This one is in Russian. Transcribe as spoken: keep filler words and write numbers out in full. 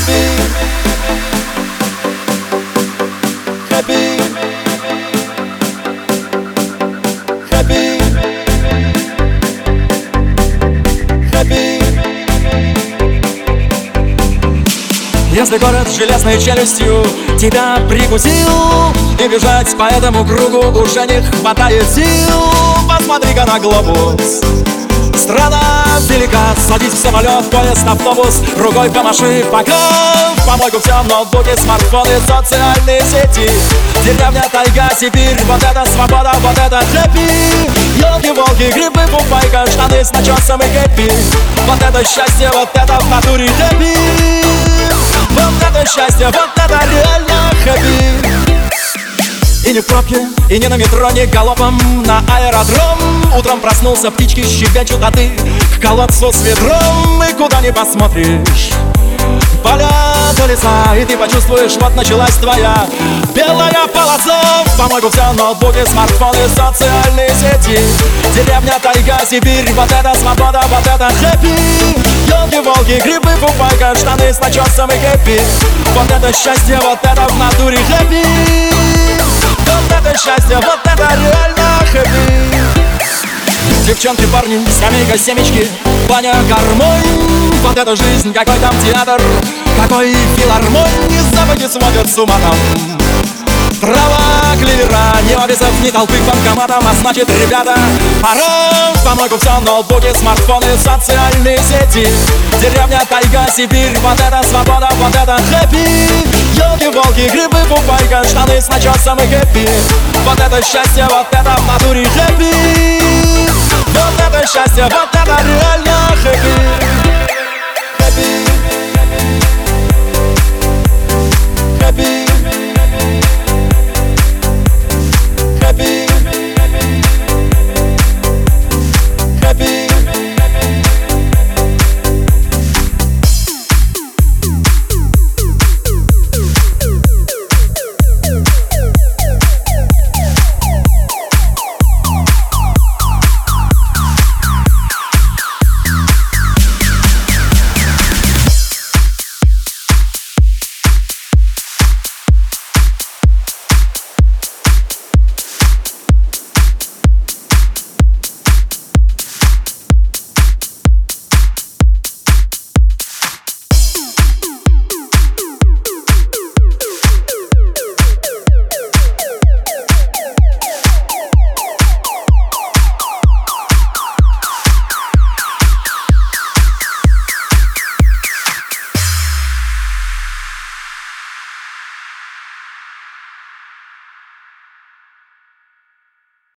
happy, happy, happy, happy. Если город с железной челюстью тебя прикусил, и бежать по этому кругу уже не хватает сил, посмотри-ка на глобус. Страна велика, садись в самолет, поезд, автобус, рукой помаши пока. В помойку все, ноутбуки, смартфоны, социальные сети. Деревня, тайга, Сибирь, вот это свобода, вот это хэппи. Ёлки-волки, грибы, пупайка, штаны с начесом и хэппи. Вот это счастье, вот это в натуре хэппи. Вот это счастье, вот это реально хэппи. И не в пробке, и не на метро, не галопом на аэродром. Утром проснулся, птички щебечут, а ты к колодцу с ведром. И куда не посмотришь, поля до леса, и ты почувствуешь, вот началась твоя белая полоса. В помойку все, ноутбуки, смартфоны, социальные сети. Деревня, тайга, Сибирь, вот это свобода, вот это хэппи. Ёлки-волки, грибы, пупайка, штаны с начесом и хэппи. Вот это счастье, вот это в натуре хэппи. Вот это счастье, вот это реально хэппи. Девчонки, парни, скамейка, семечки, баня, гармонь. Вот это жизнь, какой там театр, какой филармонь. И запахи сводят с ума там. Трава, клевера, ни офисов, ни толпы к банкоматам. А значит, ребята, пора. В помойку все, ноутбуки, смартфоны, социальные сети. Деревня, тайга, Сибирь, вот это свобода, вот это хэппи. Ёлки-волки, грибы, пупайка, штаны с начесом и хэппи. Вот это счастье, вот это в натуре хэппи. Вот это счастье, вот это реально хэппи.